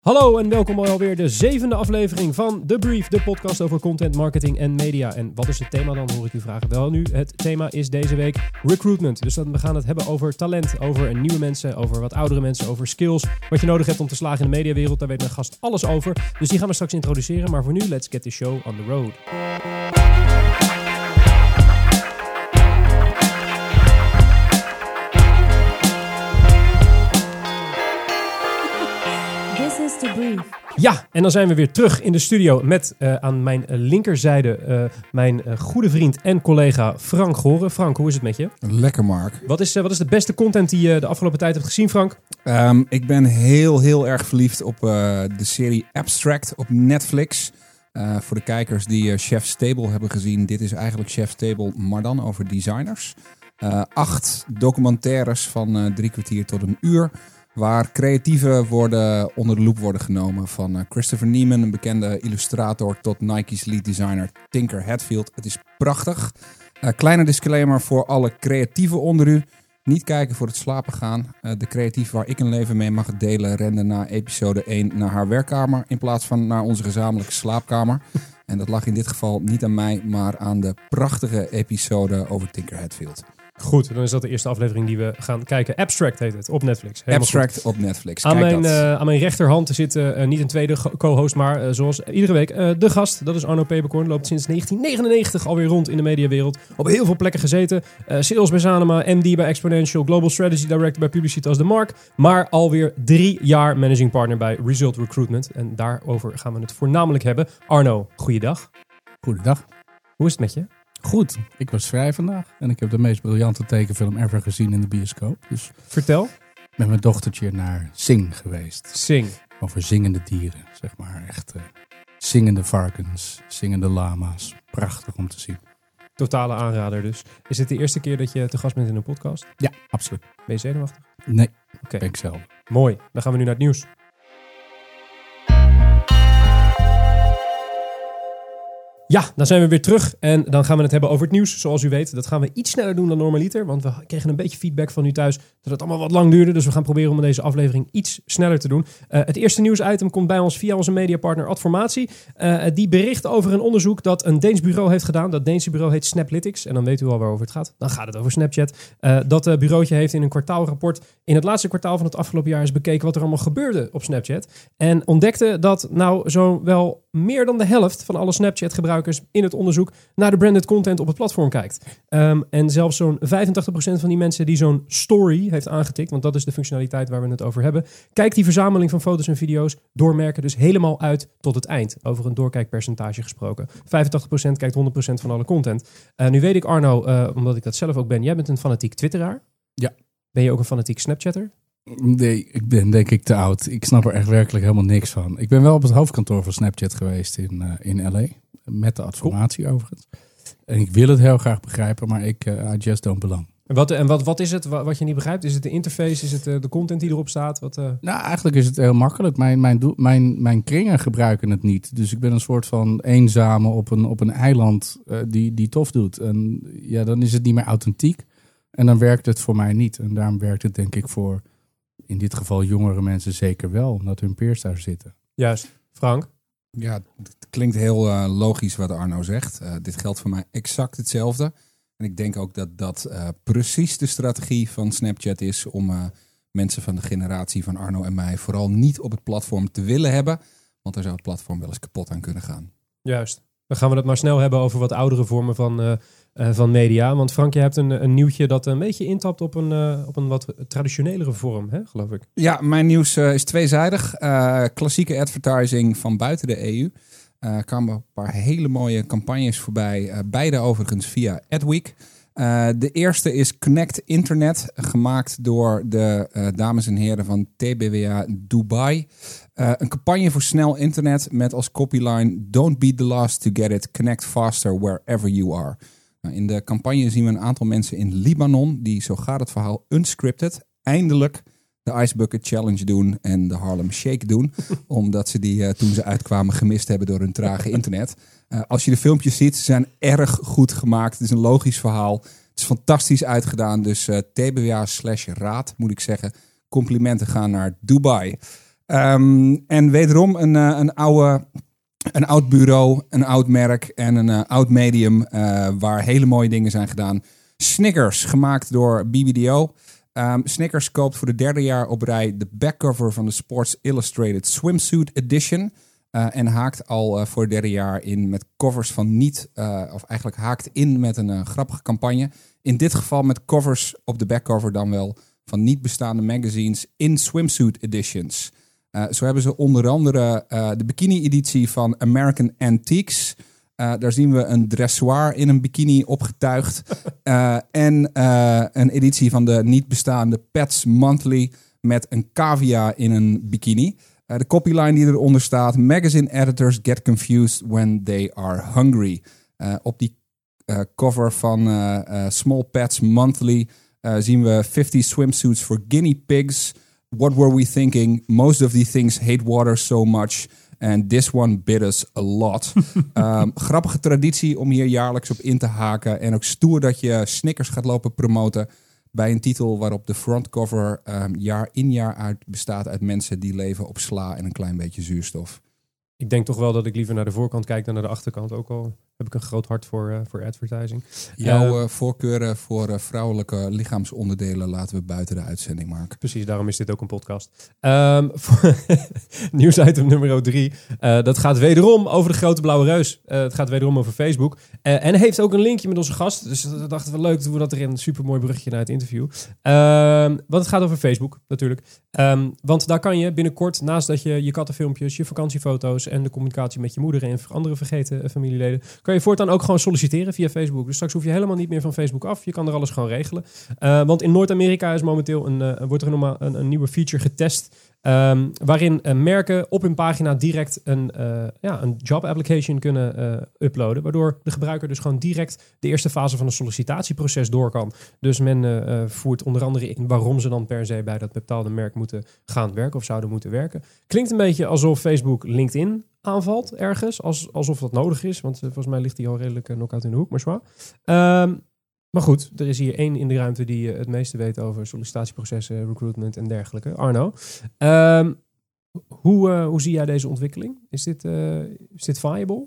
Hallo en welkom bij alweer de 7e aflevering van The Brief, de podcast over content, marketing en media. En wat is het thema dan, hoor ik u vragen? Wel nu, het thema is deze week recruitment. Dus we gaan het hebben over talent, over nieuwe mensen, over wat oudere mensen, over skills. Wat je nodig hebt om te slagen in de mediawereld, daar weet mijn gast alles over. Dus die gaan we straks introduceren, maar voor nu, let's get the show on the road. Ja, en dan zijn we weer terug in de studio met aan mijn linkerzijde mijn goede vriend en collega Frank Goren. Frank, hoe is het met je? Lekker, Mark. Wat is de beste content die je de afgelopen tijd hebt gezien, Frank? Ik ben heel erg verliefd op de serie Abstract op Netflix. Voor de kijkers die Chef's Table hebben gezien, dit is eigenlijk Chef's Table, maar dan over designers. 8 documentaires van 3 kwartier tot een uur. Waar creatieven onder de loep worden genomen. Van Christopher Neiman, een bekende illustrator, tot Nike's lead designer Tinker Hatfield. Het is prachtig. Kleine disclaimer voor alle creatieven onder u. Niet kijken voor het slapen gaan. De creatief waar ik een leven mee mag delen rende na episode 1 naar haar werkkamer. In plaats van naar onze gezamenlijke slaapkamer. En dat lag in dit geval niet aan mij, maar aan de prachtige episode over Tinker Hatfield. Goed, dan is dat de eerste aflevering die we gaan kijken. Abstract heet het, op Netflix. Helemaal Abstract goed. op Netflix. Aan mijn rechterhand zit niet een tweede co-host, maar zoals iedere week de gast. Dat is Arno Peberkorn. Loopt sinds 1999 alweer rond in de mediawereld. Op heel veel plekken gezeten. Sales bij Sanoma, MD bij Exponential, Global Strategy Director bij Publicitas De Mark. Maar alweer 3 jaar managing partner bij Result Recruitment. En daarover gaan we het voornamelijk hebben. Arno, goeiedag. Goedendag. Hoe is het met je? Goed, ik was vrij vandaag en ik heb de meest briljante tekenfilm ever gezien in de bioscoop. Dus vertel. Met mijn dochtertje naar Sing geweest. Sing. Over zingende dieren, zeg maar. Echt zingende varkens, zingende lama's. Prachtig om te zien. Totale aanrader dus. Is het de eerste keer dat je te gast bent in een podcast? Ja, absoluut. Ben je zenuwachtig? Nee, Oké. ben ik zelf. Mooi, dan gaan we nu naar het nieuws. Ja, dan zijn we weer terug en dan gaan we het hebben over het nieuws. Zoals u weet, dat gaan we iets sneller doen dan normaliter. Want we kregen een beetje feedback van u thuis dat het allemaal wat lang duurde. Dus we gaan proberen om deze aflevering iets sneller te doen. Het eerste nieuwsitem komt bij ons via onze mediapartner Adformatie. Die bericht over een onderzoek dat een Deens bureau heeft gedaan. Dat Deense bureau heet Snaplytics. En dan weet u al waarover het gaat. Dan gaat het over Snapchat. Dat bureautje heeft in een kwartaalrapport in het laatste kwartaal van het afgelopen jaar eens bekeken wat er allemaal gebeurde op Snapchat. En ontdekte dat nou zo wel meer dan de helft van alle Snapchat-gebruikers in het onderzoek naar de branded content op het platform kijkt. En zelfs zo'n 85% van die mensen die zo'n story heeft aangetikt, want dat is de functionaliteit waar we het over hebben, kijkt die verzameling van foto's en video's door merken dus helemaal uit tot het eind. Over een doorkijkpercentage gesproken. 85% kijkt 100% van alle content. Nu weet ik, Arno, omdat ik dat zelf ook ben, jij bent een fanatiek Twitteraar. Ja. Ben je ook een fanatiek Snapchatter? Nee, ik ben denk ik te oud. Ik snap er echt werkelijk helemaal niks van. Ik ben wel op het hoofdkantoor van Snapchat geweest in LA. Met de Adformatie overigens. En ik wil het heel graag begrijpen, maar I just don't belong. En wat is het wat je niet begrijpt? Is het de interface? Is het de content die erop staat? Nou, eigenlijk is het heel makkelijk. Mijn kringen gebruiken het niet. Dus ik ben een soort van eenzame op een eiland die tof doet. En ja, dan is het niet meer authentiek. En dan werkt het voor mij niet. En daarom werkt het denk ik voor in dit geval jongere mensen zeker wel. Omdat hun peers daar zitten. Juist. Frank? Ja, het klinkt heel logisch wat Arno zegt. Dit geldt voor mij exact hetzelfde. En ik denk ook dat precies de strategie van Snapchat is om mensen van de generatie van Arno en mij vooral niet op het platform te willen hebben. Want daar zou het platform wel eens kapot aan kunnen gaan. Juist. Dan gaan we het maar snel hebben over wat oudere vormen van media. Want Frank, je hebt een nieuwtje dat een beetje intapt op een wat traditionelere vorm, hè, geloof ik. Ja, mijn nieuws is tweezijdig. Klassieke advertising van buiten de EU. Kwamen een paar hele mooie campagnes voorbij. Beide overigens via Adweek. De eerste is Connect Internet, gemaakt door de dames en heren van TBWA Dubai. Een campagne voor snel internet met als copyline: Don't be the last to get it, connect faster wherever you are. Nou, in de campagne zien we een aantal mensen in Libanon die, zo gaat het verhaal, unscripted, eindelijk de Ice Bucket Challenge doen en de Harlem Shake doen. Omdat ze die toen ze uitkwamen gemist hebben door hun trage internet. Als je de filmpjes ziet, ze zijn erg goed gemaakt. Het is een logisch verhaal. Het is fantastisch uitgedaan. Dus TBWA/raad moet ik zeggen. Complimenten gaan naar Dubai. En wederom een oud bureau, een oud merk en een oud medium waar hele mooie dingen zijn gedaan. Snickers, gemaakt door BBDO. Snickers koopt voor de 3e jaar op rij de backcover van de Sports Illustrated Swimsuit Edition. En haakt al voor het 3e jaar in met covers van of eigenlijk haakt in met een grappige campagne. In dit geval met covers op de backcover dan wel van niet bestaande magazines in swimsuit editions. Zo hebben ze onder andere de bikini-editie van American Antiques. Daar zien we een dressoir in een bikini opgetuigd. En een editie van de niet bestaande Pets Monthly met een cavia in een bikini. De copyline die eronder staat: Magazine editors get confused when they are hungry. Op die cover van Small Pets Monthly zien we 50 swimsuits for guinea pigs. What were we thinking? Most of the things hate water so much. And this one bit us a lot. Grappige traditie om hier jaarlijks op in te haken. En ook stoer dat je Snickers gaat lopen promoten bij een titel waarop de frontcover jaar in jaar uit bestaat uit mensen die leven op sla en een klein beetje zuurstof. Ik denk toch wel dat ik liever naar de voorkant kijk dan naar de achterkant. Ook al heb ik een groot hart voor advertising. Jouw voorkeuren voor vrouwelijke lichaamsonderdelen laten we buiten de uitzending, Mark. Precies, daarom is dit ook een podcast. Nieuwsitem nummer 3. Dat gaat wederom over de grote blauwe reus. Het gaat wederom over Facebook. En heeft ook een linkje met onze gast. Dus dat dachten we leuk, doen we dat erin. Een supermooi bruggetje naar het interview. Want het gaat over Facebook, natuurlijk. Want daar kan je binnenkort, naast dat je kattenfilmpjes, je vakantiefoto's en de communicatie met je moeder en andere vergeten familieleden, kan je voortaan ook gewoon solliciteren via Facebook. Dus straks hoef je helemaal niet meer van Facebook af. Je kan er alles gewoon regelen. Want in Noord-Amerika is momenteel wordt er een nieuwe feature getest, waarin merken op hun pagina direct een job application kunnen uploaden. Waardoor de gebruiker dus gewoon direct de eerste fase van een sollicitatieproces door kan. Dus men voert onder andere in waarom ze dan per se bij dat bepaalde merk moeten gaan werken of zouden moeten werken. Klinkt een beetje alsof Facebook LinkedIn aanvalt ergens, alsof dat nodig is. Want volgens mij ligt die al redelijk knock-out in de hoek, maar zwaar. Maar goed, er is hier één in de ruimte die het meeste weet over sollicitatieprocessen, recruitment en dergelijke. Arno, hoe zie jij deze ontwikkeling? Is dit viable?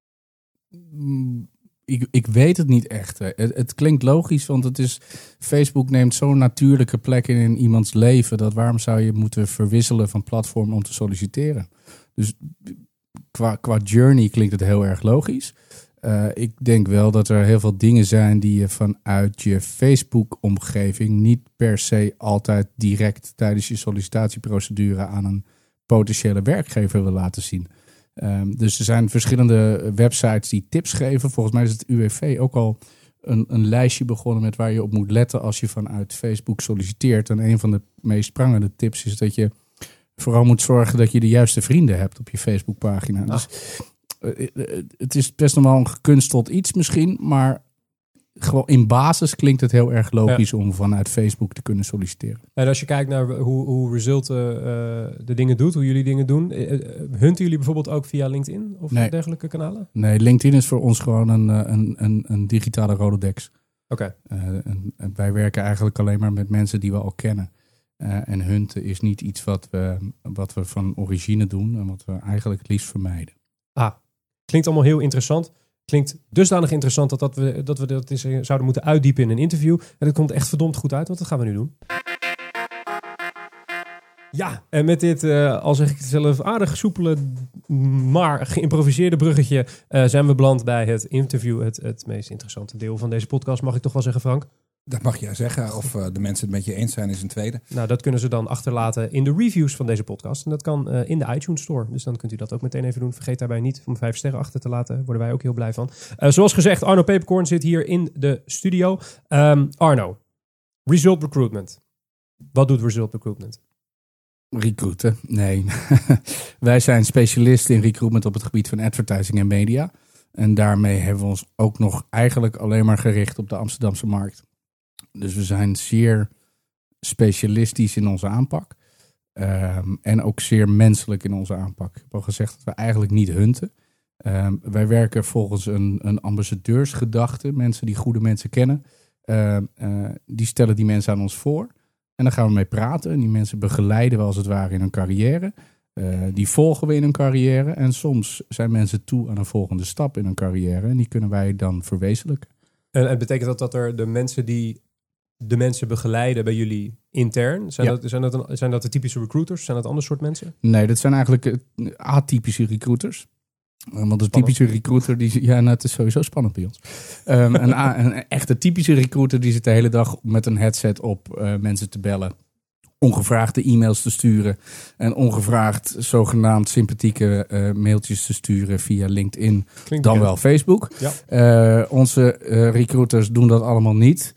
Ik weet het niet echt. Het klinkt logisch, want Facebook neemt zo'n natuurlijke plek in iemands leven, dat waarom zou je moeten verwisselen van platform om te solliciteren? Dus qua journey klinkt het heel erg logisch. Ik denk wel dat er heel veel dingen zijn die je vanuit je Facebook-omgeving niet per se altijd direct tijdens je sollicitatieprocedure aan een potentiële werkgever wil laten zien. Dus er zijn verschillende websites die tips geven. Volgens mij is het UWV ook al een lijstje begonnen met waar je op moet letten als je vanuit Facebook solliciteert. En een van de meest prangende tips is dat je vooral moet zorgen dat je de juiste vrienden hebt op je Facebookpagina. Dus het is best nog wel een gekunsteld iets misschien, maar gewoon in basis klinkt het heel erg logisch om vanuit Facebook te kunnen solliciteren. En als je kijkt naar hoe Result de dingen doet, hoe jullie dingen doen, hunten jullie bijvoorbeeld ook via LinkedIn of dergelijke kanalen? Nee, LinkedIn is voor ons gewoon een digitale Rolodex. Oké. En wij werken eigenlijk alleen maar met mensen die we al kennen. En hunten is niet iets wat we van origine doen en wat we eigenlijk het liefst vermijden. Klinkt allemaal heel interessant. Klinkt dusdanig interessant dat we dat eens zouden moeten uitdiepen in een interview. En dat komt echt verdomd goed uit, want dat gaan we nu doen. Ja, en met dit, al zeg ik het zelf, aardig soepele, maar geïmproviseerde bruggetje zijn we beland bij het interview. Het meest interessante deel van deze podcast, mag ik toch wel zeggen, Frank? Dat mag jij zeggen. Of de mensen het met je eens zijn, is een tweede. Nou, dat kunnen ze dan achterlaten in de reviews van deze podcast. En dat kan in de iTunes Store. Dus dan kunt u dat ook meteen even doen. Vergeet daarbij niet om 5 sterren achter te laten. Daar worden wij ook heel blij van. Zoals gezegd, Arno Peperkorn zit hier in de studio. Arno, Result Recruitment. Wat doet Result Recruitment? Recruiten? Nee. Wij zijn specialisten in recruitment op het gebied van advertising en media. En daarmee hebben we ons ook nog eigenlijk alleen maar gericht op de Amsterdamse markt. Dus we zijn zeer specialistisch in onze aanpak. En ook zeer menselijk in onze aanpak. Ik heb al gezegd dat we eigenlijk niet hunten. Wij werken volgens een ambassadeursgedachte. Mensen die goede mensen kennen. Die stellen die mensen aan ons voor. En dan gaan we mee praten. En die mensen begeleiden we als het ware in hun carrière. Die volgen we in hun carrière. En soms zijn mensen toe aan een volgende stap in hun carrière. En die kunnen wij dan verwezenlijken. En betekent dat er de mensen die de mensen begeleiden bij jullie intern, zijn dat de typische recruiters? Zijn dat ander soort mensen? Nee, dat zijn eigenlijk atypische recruiters. Want een typische recruiter, het is sowieso spannend bij ons. Een echte typische recruiter die zit de hele dag met een headset op mensen te bellen. Ongevraagd e-mails te sturen. En ongevraagd zogenaamd sympathieke mailtjes te sturen via LinkedIn. Dan wel Facebook. Ja. Onze recruiters doen dat allemaal niet.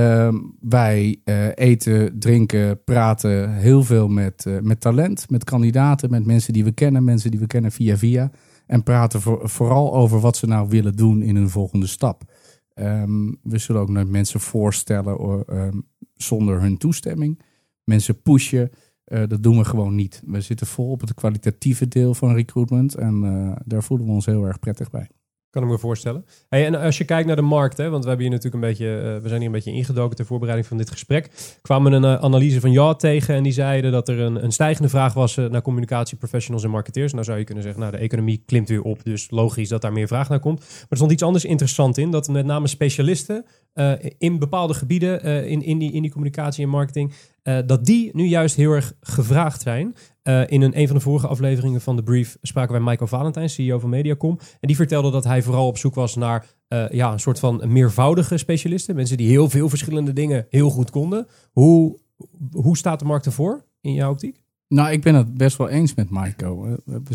Wij eten, drinken, praten heel veel met talent. Met kandidaten, met mensen die we kennen via. En praten vooral over wat ze nou willen doen in hun volgende stap. We zullen ook nooit mensen voorstellen zonder hun toestemming. Mensen pushen, dat doen we gewoon niet. We zitten vol op het kwalitatieve deel van recruitment. En daar voelen we ons heel erg prettig bij. Kan ik me voorstellen. Hey, en als je kijkt naar de markt, hè, want we hebben hier natuurlijk we zijn hier een beetje ingedoken ter voorbereiding van dit gesprek. Kwamen een analyse van Yacht tegen en die zeiden dat er een stijgende vraag was naar communicatieprofessionals en marketeers. Nou zou je kunnen zeggen, de economie klimt weer op, dus logisch dat daar meer vraag naar komt. Maar er stond iets anders interessant in, dat met name specialisten in bepaalde gebieden in die communicatie en marketing, dat die nu juist heel erg gevraagd zijn. In een van de vorige afleveringen van The Brief spraken wij Michael Valentijn, CEO van Mediacom. En die vertelde dat hij vooral op zoek was naar een soort van meervoudige specialisten. Mensen die heel veel verschillende dingen heel goed konden. Hoe staat de markt ervoor in jouw optiek? Nou, ik ben het best wel eens met Michael.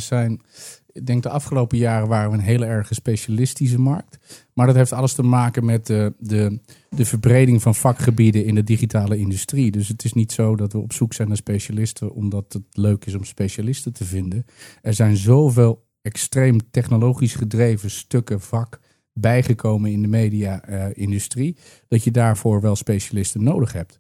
Ik denk de afgelopen jaren waren we een hele erg specialistische markt. Maar dat heeft alles te maken met de verbreding van vakgebieden in de digitale industrie. Dus het is niet zo dat we op zoek zijn naar specialisten omdat het leuk is om specialisten te vinden. Er zijn zoveel extreem technologisch gedreven stukken vak bijgekomen in de media-industrie dat je daarvoor wel specialisten nodig hebt.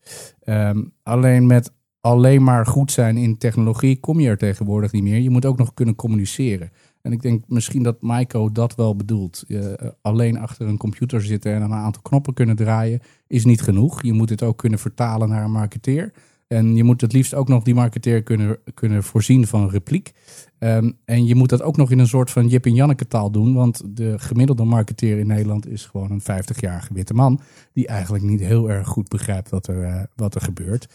Alleen maar goed zijn in technologie kom je er tegenwoordig niet meer. Je moet ook nog kunnen communiceren. En ik denk misschien dat Maiko dat wel bedoelt. Alleen achter een computer zitten en een aantal knoppen kunnen draaien is niet genoeg. Je moet het ook kunnen vertalen naar een marketeer. En je moet het liefst ook nog die marketeer kunnen voorzien van repliek. En je moet dat ook nog in een soort van Jip en Janneke taal doen. Want de gemiddelde marketeer in Nederland is gewoon een 50-jarige witte man. Die eigenlijk niet heel erg goed begrijpt wat er gebeurt.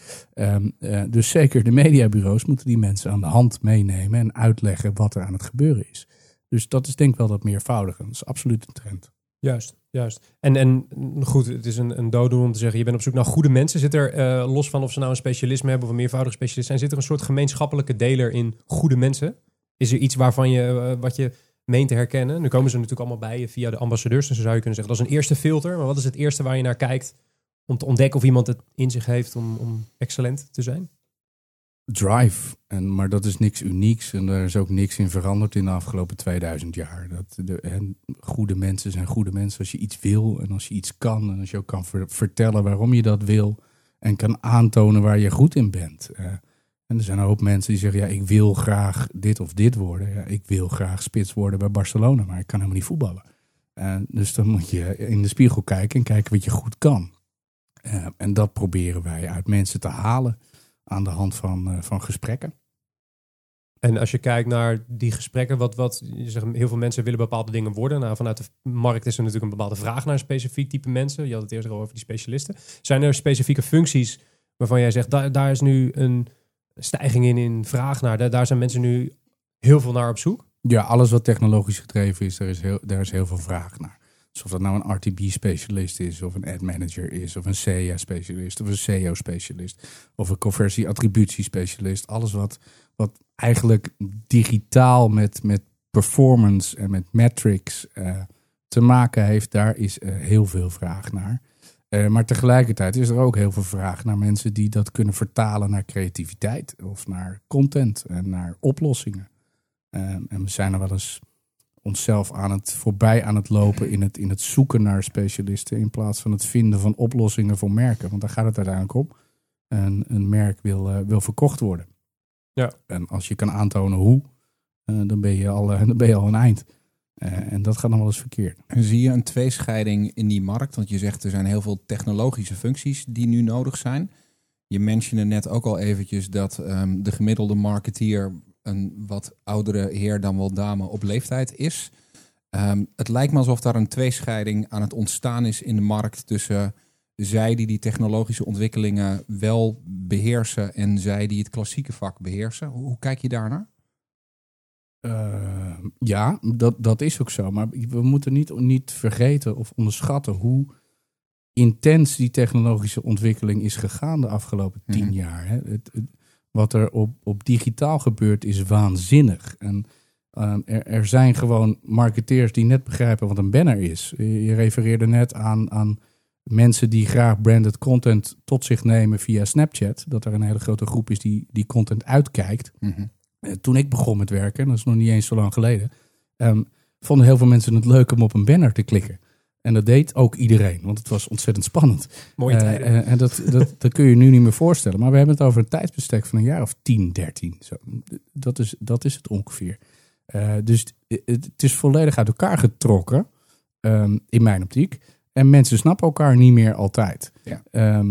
Dus zeker de mediabureaus moeten die mensen aan de hand meenemen. En uitleggen wat er aan het gebeuren is. Dus dat is denk ik wel dat meervoudige. Dat is absoluut een trend. Juist. En goed, het is een dooddoen om te zeggen, je bent op zoek naar goede mensen. Zit er, los van of ze nou een specialisme hebben of een meervoudig specialist zijn, zit er een soort gemeenschappelijke deler in goede mensen? Is er iets waarvan wat je meent te herkennen? Nu komen ze natuurlijk allemaal bij je via de ambassadeurs, dus zou je kunnen zeggen, dat is een eerste filter. Maar wat is het eerste waar je naar kijkt om te ontdekken of iemand het in zich heeft om excellent te zijn? Drive. Maar dat is niks unieks en daar is ook niks in veranderd in de afgelopen 2000 jaar. Goede mensen zijn goede mensen als je iets wil en als je iets kan. En als je ook kan vertellen waarom je dat wil en kan aantonen waar je goed in bent. En er zijn een hoop mensen die zeggen, ik wil graag dit of dit worden. Ja, ik wil graag spits worden bij Barcelona, maar ik kan helemaal niet voetballen. Dus dan moet je in de spiegel kijken en kijken wat je goed kan. En dat proberen wij uit mensen te halen aan de hand van gesprekken. En als je kijkt naar die gesprekken, je zegt, heel veel mensen willen bepaalde dingen worden. Nou, vanuit de markt is er natuurlijk een bepaalde vraag naar een specifiek type mensen. Je had het eerst al over die specialisten. Zijn er specifieke functies waarvan jij zegt, daar is nu een stijging in vraag naar? Daar zijn mensen nu heel veel naar op zoek? Ja, alles wat technologisch gedreven is, daar is heel veel vraag naar. Dus of dat nou een RTB-specialist is, of een ad-manager is, of een CEA-specialist, of een SEO-specialist, of een conversie-attributie-specialist. Alles wat eigenlijk digitaal met performance en met metrics te maken heeft, daar is heel veel vraag naar. Maar tegelijkertijd is er ook heel veel vraag naar mensen die dat kunnen vertalen naar creativiteit, of naar content en naar oplossingen. En we zijn er wel eens onszelf voorbij aan het lopen in het zoeken naar specialisten in plaats van het vinden van oplossingen voor merken. Want daar gaat het uiteindelijk om. En een merk wil verkocht worden. Ja. En als je kan aantonen hoe, dan ben je al een eind. En dat gaat dan wel eens verkeerd. En zie je een tweescheiding in die markt? Want je zegt er zijn heel veel technologische functies die nu nodig zijn. Je mentionde net ook al eventjes dat de gemiddelde marketeer een wat oudere heer dan wel dame op leeftijd is. Het lijkt me alsof daar een tweescheiding aan het ontstaan is in de markt tussen zij die technologische ontwikkelingen wel beheersen en zij die het klassieke vak beheersen. Hoe kijk je daarnaar? Ja, dat is ook zo. Maar we moeten niet vergeten of onderschatten hoe intens die technologische ontwikkeling is gegaan de afgelopen 10 jaar. Hè. Wat er op digitaal gebeurt is waanzinnig. En er zijn gewoon marketeers die net begrijpen wat een banner is. Je refereerde net aan mensen die graag branded content tot zich nemen via Snapchat. Dat er een hele grote groep is die content uitkijkt. Mm-hmm. Toen ik begon met werken, dat is nog niet eens zo lang geleden, vonden heel veel mensen het leuk om op een banner te klikken. En dat deed ook iedereen, want het was ontzettend spannend. Mooie tijden. En dat kun je nu niet meer voorstellen. Maar we hebben het over een tijdsbestek van een jaar of 10, 13. Zo. Dat is het ongeveer. Dus het is volledig uit elkaar getrokken, in mijn optiek. En mensen snappen elkaar niet meer altijd. Ja.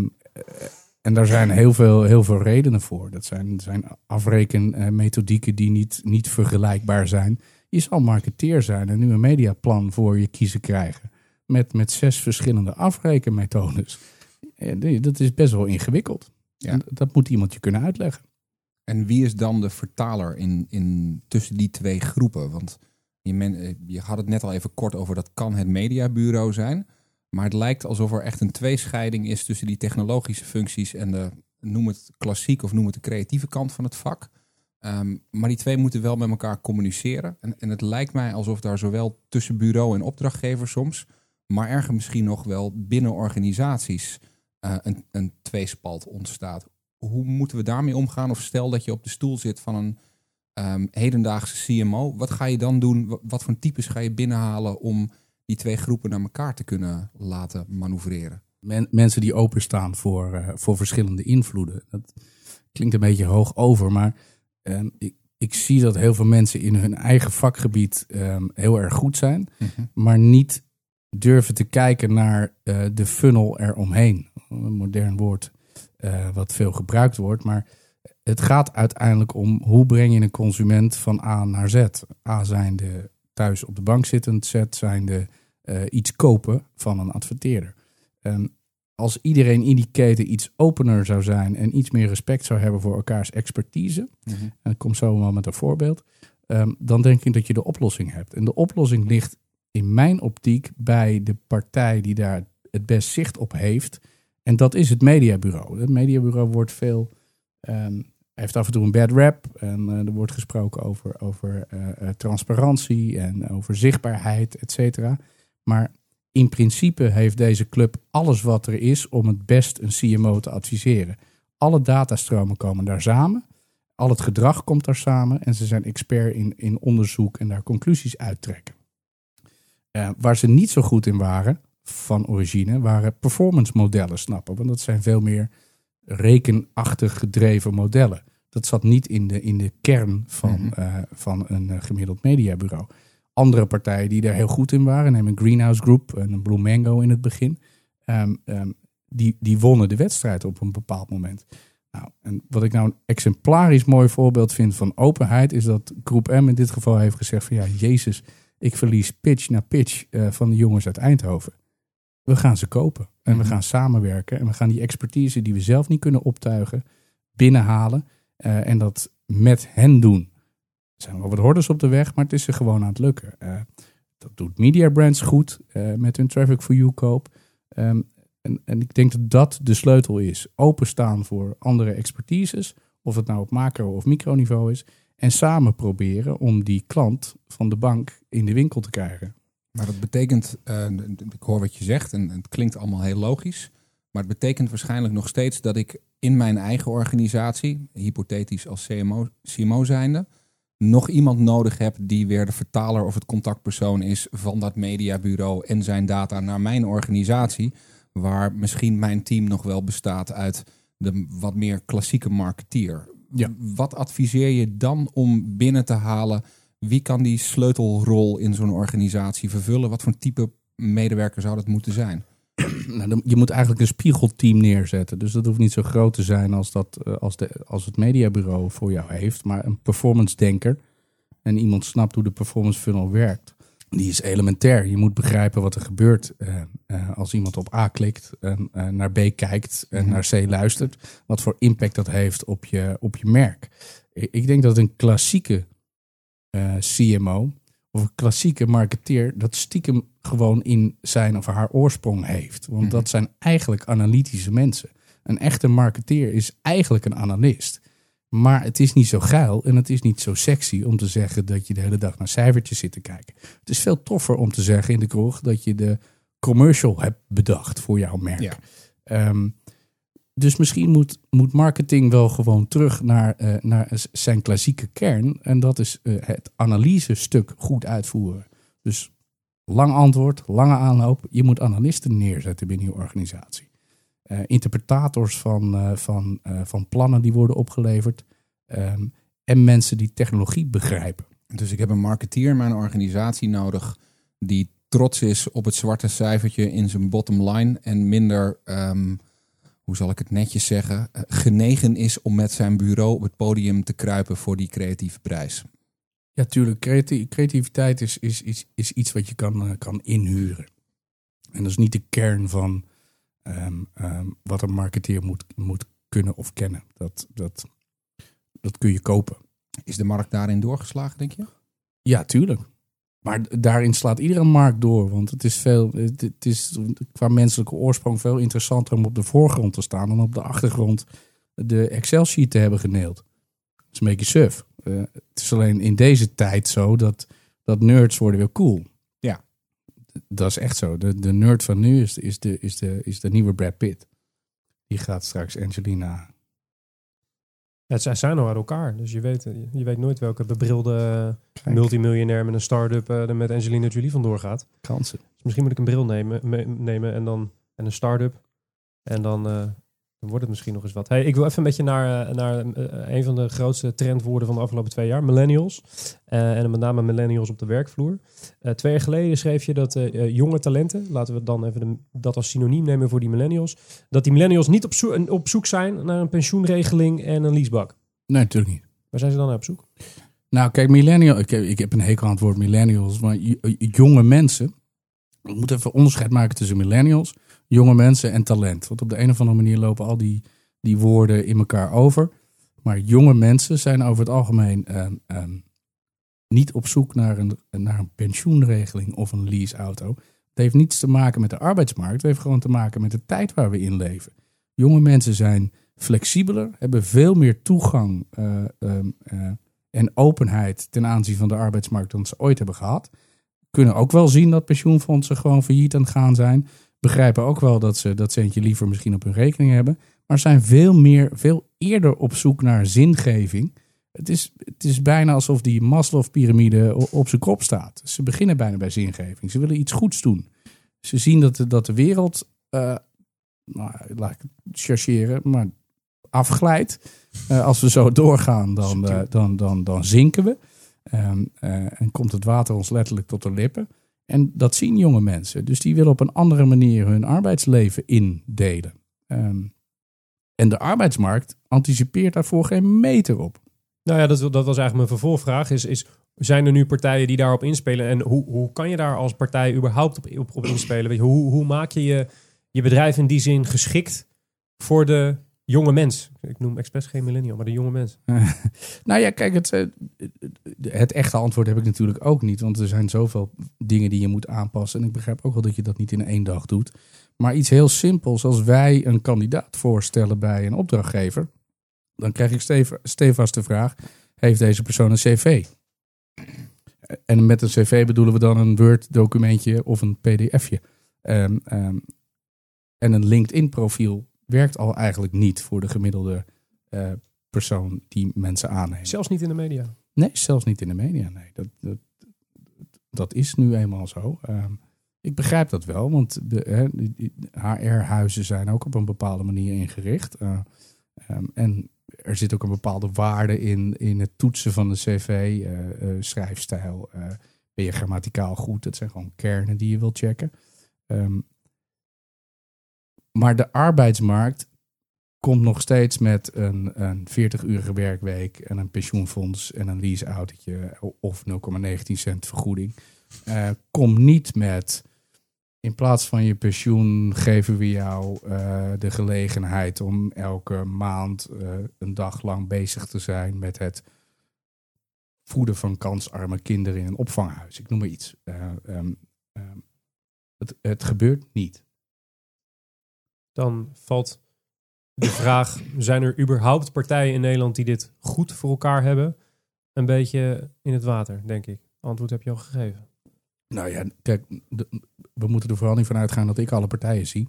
En daar zijn heel veel redenen voor. Dat zijn afrekenmethodieken die niet vergelijkbaar zijn. Je zal marketeer zijn en nu een mediaplan voor je kiezen krijgen. Met 6 verschillende afrekenmethodes. Dat is best wel ingewikkeld. Ja. En dat moet iemand je kunnen uitleggen. En wie is dan de vertaler in tussen die twee groepen? Want je had het net al even kort over, dat kan het mediabureau zijn. Maar het lijkt alsof er echt een tweescheiding is tussen die technologische functies en de, noem het klassiek of noem het de creatieve kant van het vak. Maar die twee moeten wel met elkaar communiceren. En het lijkt mij alsof daar zowel tussen bureau en opdrachtgever soms, maar ergens misschien nog wel binnen organisaties een tweespalt ontstaat. Hoe moeten we daarmee omgaan? Of stel dat je op de stoel zit van een hedendaagse CMO. Wat ga je dan doen? Wat voor types ga je binnenhalen om die twee groepen naar elkaar te kunnen laten manoeuvreren? Mensen die openstaan voor verschillende invloeden. Dat klinkt een beetje hoog over, maar ik zie dat heel veel mensen in hun eigen vakgebied heel erg goed zijn, maar niet durven te kijken naar de funnel eromheen. Een modern woord wat veel gebruikt wordt, maar het gaat uiteindelijk om hoe breng je een consument van A naar Z. A zijnde thuis op de bank zittend, Z zijnde iets kopen van een adverteerder. Als iedereen in die keten iets opener zou zijn en iets meer respect zou hebben voor elkaars expertise, en ik kom zo wel met een voorbeeld, dan denk ik dat je de oplossing hebt. En de oplossing ligt in mijn optiek bij de partij die daar het best zicht op heeft. En dat is het mediabureau. Het mediabureau wordt heeft af en toe een bad rap. En er wordt gesproken over transparantie en over zichtbaarheid, et cetera. Maar in principe heeft deze club alles wat er is om het best een CMO te adviseren. Alle datastromen komen daar samen. Al het gedrag komt daar samen. En ze zijn expert in onderzoek en daar conclusies uittrekken. Waar ze niet zo goed in waren, van origine, waren performance modellen snappen. Want dat zijn veel meer rekenachtig gedreven modellen. Dat zat niet in de kern van een gemiddeld mediabureau. Andere partijen die daar heel goed in waren, neem een Greenhouse Group en een Blue Mango in het begin, die wonnen de wedstrijd op een bepaald moment. Nou, en wat ik nou een exemplarisch mooi voorbeeld vind van openheid, is dat Groep M in dit geval heeft gezegd van ja, Jezus, ik verlies pitch na pitch van de jongens uit Eindhoven. We gaan ze kopen en we gaan samenwerken en we gaan die expertise die we zelf niet kunnen optuigen, binnenhalen en dat met hen doen. Er zijn wel wat hordes op de weg, maar het is er gewoon aan het lukken. Dat doet Media Brands goed met hun Traffic for You koop. En ik denk dat dat de sleutel is. Openstaan voor andere expertises, of het nou op macro- of microniveau is. En samen proberen om die klant van de bank in de winkel te krijgen. Maar dat betekent, ik hoor wat je zegt en het klinkt allemaal heel logisch. Maar het betekent waarschijnlijk nog steeds dat ik in mijn eigen organisatie, hypothetisch als CMO zijnde, nog iemand nodig heb die weer de vertaler of het contactpersoon is van dat mediabureau en zijn data naar mijn organisatie, waar misschien mijn team nog wel bestaat uit de wat meer klassieke marketeer. Ja. Wat adviseer je dan om binnen te halen? Wie kan die sleutelrol in zo'n organisatie vervullen? Wat voor type medewerker zou dat moeten zijn? Nou, je moet eigenlijk een spiegelteam neerzetten. Dus dat hoeft niet zo groot te zijn als het mediabureau voor jou heeft. Maar een performance denker en iemand snapt hoe de performance funnel werkt. Die is elementair. Je moet begrijpen wat er gebeurt als iemand op A klikt, naar B kijkt en naar C luistert. Wat voor impact dat heeft op je merk. Ik denk dat een klassieke CMO of een klassieke marketeer dat stiekem gewoon in zijn of haar oorsprong heeft. Want dat zijn eigenlijk analytische mensen. Een echte marketeer is eigenlijk een analist. Maar het is niet zo geil en het is niet zo sexy om te zeggen dat je de hele dag naar cijfertjes zit te kijken. Het is veel toffer om te zeggen in de kroeg dat je de commercial hebt bedacht voor jouw merk. Ja. Dus misschien moet marketing wel gewoon terug naar zijn klassieke kern. En dat is het analysestuk goed uitvoeren. Dus lang antwoord, lange aanloop. Je moet analisten neerzetten binnen je organisatie. Interpretators van plannen die worden opgeleverd. En mensen die technologie begrijpen. Dus ik heb een marketeer in mijn organisatie nodig die trots is op het zwarte cijfertje in zijn bottom line en minder, hoe zal ik het netjes zeggen, genegen is om met zijn bureau op het podium te kruipen voor die creatieve prijs. Ja, tuurlijk. Creativiteit is iets wat je kan inhuren. En dat is niet de kern van wat een marketeer moet kunnen of kennen. Dat kun je kopen. Is de markt daarin doorgeslagen, denk je? Ja, tuurlijk. Maar daarin slaat iedere markt door. Want het is qua menselijke oorsprong veel interessanter om op de voorgrond te staan dan op de achtergrond de Excel-sheet te hebben geneeld. Dat is een beetje suf. Het is alleen in deze tijd zo dat nerds worden weer cool. Ja. Dat is echt zo. De nerd van nu is de nieuwe Brad Pitt. Die gaat straks Angelina. Ja, zij zijn al uit elkaar. Dus je weet nooit welke bebrilde multimiljonair met een start-up er met Angelina Jolie vandoor gaat. Kansen. Dus misschien moet ik een bril nemen en een start-up. En dan wordt het misschien nog eens wat. Hey, ik wil even een beetje naar een van de grootste trendwoorden van de afgelopen 2 jaar. Millennials. En met name millennials op de werkvloer. 2 jaar geleden schreef je dat jonge talenten, laten we dan even dat als synoniem nemen voor die millennials, dat die millennials niet op zoek zijn naar een pensioenregeling en een leasebak. Nee, natuurlijk niet. Waar zijn ze dan naar op zoek? Nou, kijk, ik heb een hekel aan het woord millennials, maar jonge mensen. We moeten even onderscheid maken tussen millennials, jonge mensen en talent. Want op de een of andere manier lopen al die woorden in elkaar over. Maar jonge mensen zijn over het algemeen niet op zoek naar een pensioenregeling of een leaseauto. Het heeft niets te maken met de arbeidsmarkt. Het heeft gewoon te maken met de tijd waar we in leven. Jonge mensen zijn flexibeler, hebben veel meer toegang en openheid ten aanzien van de arbeidsmarkt dan ze ooit hebben gehad. Kunnen ook wel zien dat pensioenfondsen gewoon failliet aan het gaan zijn. Begrijpen ook wel dat ze dat centje liever misschien op hun rekening hebben. Maar zijn veel eerder op zoek naar zingeving. Het is bijna alsof die Maslow-pyramide op zijn kop staat. Ze beginnen bijna bij zingeving. Ze willen iets goeds doen. Ze zien dat de wereld, laat ik het chargeren, maar afglijdt. Als we zo doorgaan, dan zinken we. En komt het water ons letterlijk tot de lippen. En dat zien jonge mensen. Dus die willen op een andere manier hun arbeidsleven indelen. En de arbeidsmarkt anticipeert daarvoor geen meter op. Nou ja, dat was eigenlijk mijn vervolgvraag. Zijn er nu partijen die daarop inspelen? En hoe kan je daar als partij überhaupt op inspelen? Weet je, hoe maak je bedrijf in die zin geschikt voor de jonge mens? Ik noem expres geen millennial, maar de jonge mens. Nou ja, kijk, het echte antwoord heb ik natuurlijk ook niet. Want er zijn zoveel dingen die je moet aanpassen. En ik begrijp ook wel dat je dat niet in 1 dag doet. Maar iets heel simpels, als wij een kandidaat voorstellen bij een opdrachtgever, dan krijg ik stevast de vraag, heeft deze persoon een cv? En met een cv bedoelen we dan een Word-documentje of een pdfje. En een LinkedIn-profiel werkt al eigenlijk niet voor de gemiddelde persoon die mensen aanneemt. Zelfs niet in de media? Nee, zelfs niet in de media. Nee, dat is nu eenmaal zo. Ik begrijp dat wel, want de HR-huizen zijn ook op een bepaalde manier ingericht. En er zit ook een bepaalde waarde in het toetsen van de cv, schrijfstijl. Ben je grammaticaal goed? Dat zijn gewoon kernen die je wilt checken. Maar de arbeidsmarkt komt nog steeds met een 40-urige werkweek en een pensioenfonds en een leaseautootje of 0,19 cent vergoeding. Kom niet met, in plaats van je pensioen geven we jou de gelegenheid om elke maand een dag lang bezig te zijn met het voeden van kansarme kinderen in een opvanghuis. Ik noem maar iets. Het gebeurt niet. Dan valt de vraag, zijn er überhaupt partijen in Nederland die dit goed voor elkaar hebben? Een beetje in het water, denk ik. Antwoord heb je al gegeven. Nou ja, kijk, we moeten er vooral niet van uitgaan dat ik alle partijen zie.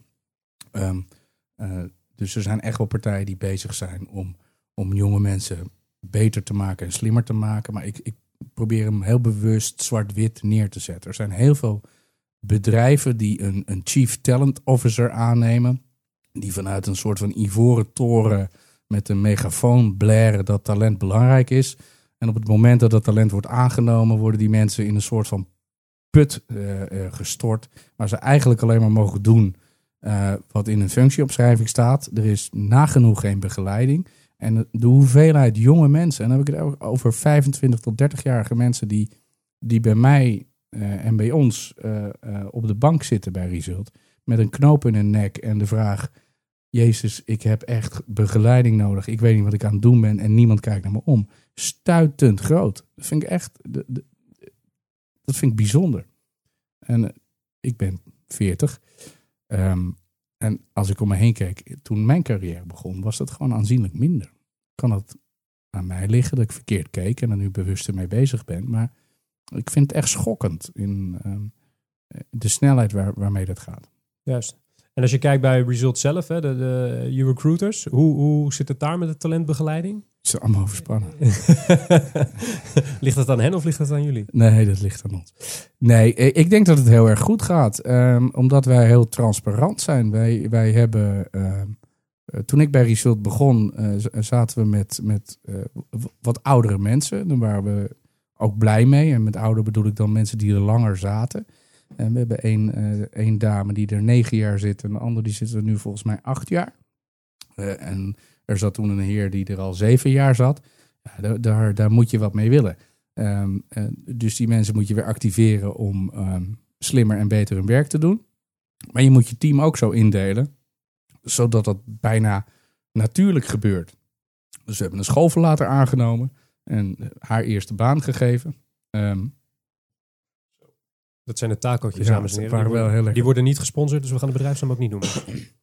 Dus er zijn echt wel partijen die bezig zijn om jonge mensen beter te maken en slimmer te maken. Maar ik probeer hem heel bewust zwart-wit neer te zetten. Er zijn heel veel bedrijven die een chief talent officer aannemen. Die vanuit een soort van ivoren toren met een megafoon blaren dat talent belangrijk is. En op het moment dat dat talent wordt aangenomen, worden die mensen in een soort van put gestort. Waar ze eigenlijk alleen maar mogen doen wat in een functieopschrijving staat. Er is nagenoeg geen begeleiding. En de hoeveelheid jonge mensen, en dan heb ik het over 25 tot 30-jarige mensen die bij mij en bij ons op de bank zitten bij Result. Met een knoop in hun nek en de vraag: Jezus, ik heb echt begeleiding nodig. Ik weet niet wat ik aan het doen ben en niemand kijkt naar me om. Stuitend groot. Dat vind ik echt, dat vind ik bijzonder. En ik ben 40. En als ik om me heen keek, toen mijn carrière begon, was dat gewoon aanzienlijk minder. Kan het aan mij liggen dat ik verkeerd keek en er nu bewust ermee bezig ben. Maar ik vind het echt schokkend in de snelheid waarmee dat gaat. Juist. En als je kijkt bij Result zelf, hè, je recruiters, hoe zit het daar met de talentbegeleiding? Ze zijn allemaal overspannen. Ligt dat aan hen of ligt dat aan jullie? Nee, dat ligt aan ons. Nee, ik denk dat het heel erg goed gaat. Omdat wij heel transparant zijn. Wij hebben, toen ik bij Result begon, zaten we met wat oudere mensen. Daar waren we ook blij mee. En met ouder bedoel ik dan mensen die er langer zaten. En we hebben één dame die er 9 jaar zit. En de andere die zit er nu volgens mij 8 jaar. En er zat toen een heer die er al 7 jaar zat. Ja, daar moet je wat mee willen. Dus die mensen moet je weer activeren om slimmer en beter hun werk te doen. Maar je moet je team ook zo indelen, zodat dat bijna natuurlijk gebeurt. Dus we hebben een schoolverlater aangenomen en haar eerste baan gegeven. Dat zijn de takeltjes, dames en heren. Die worden niet gesponsord, dus we gaan de bedrijfsnaam ook niet noemen.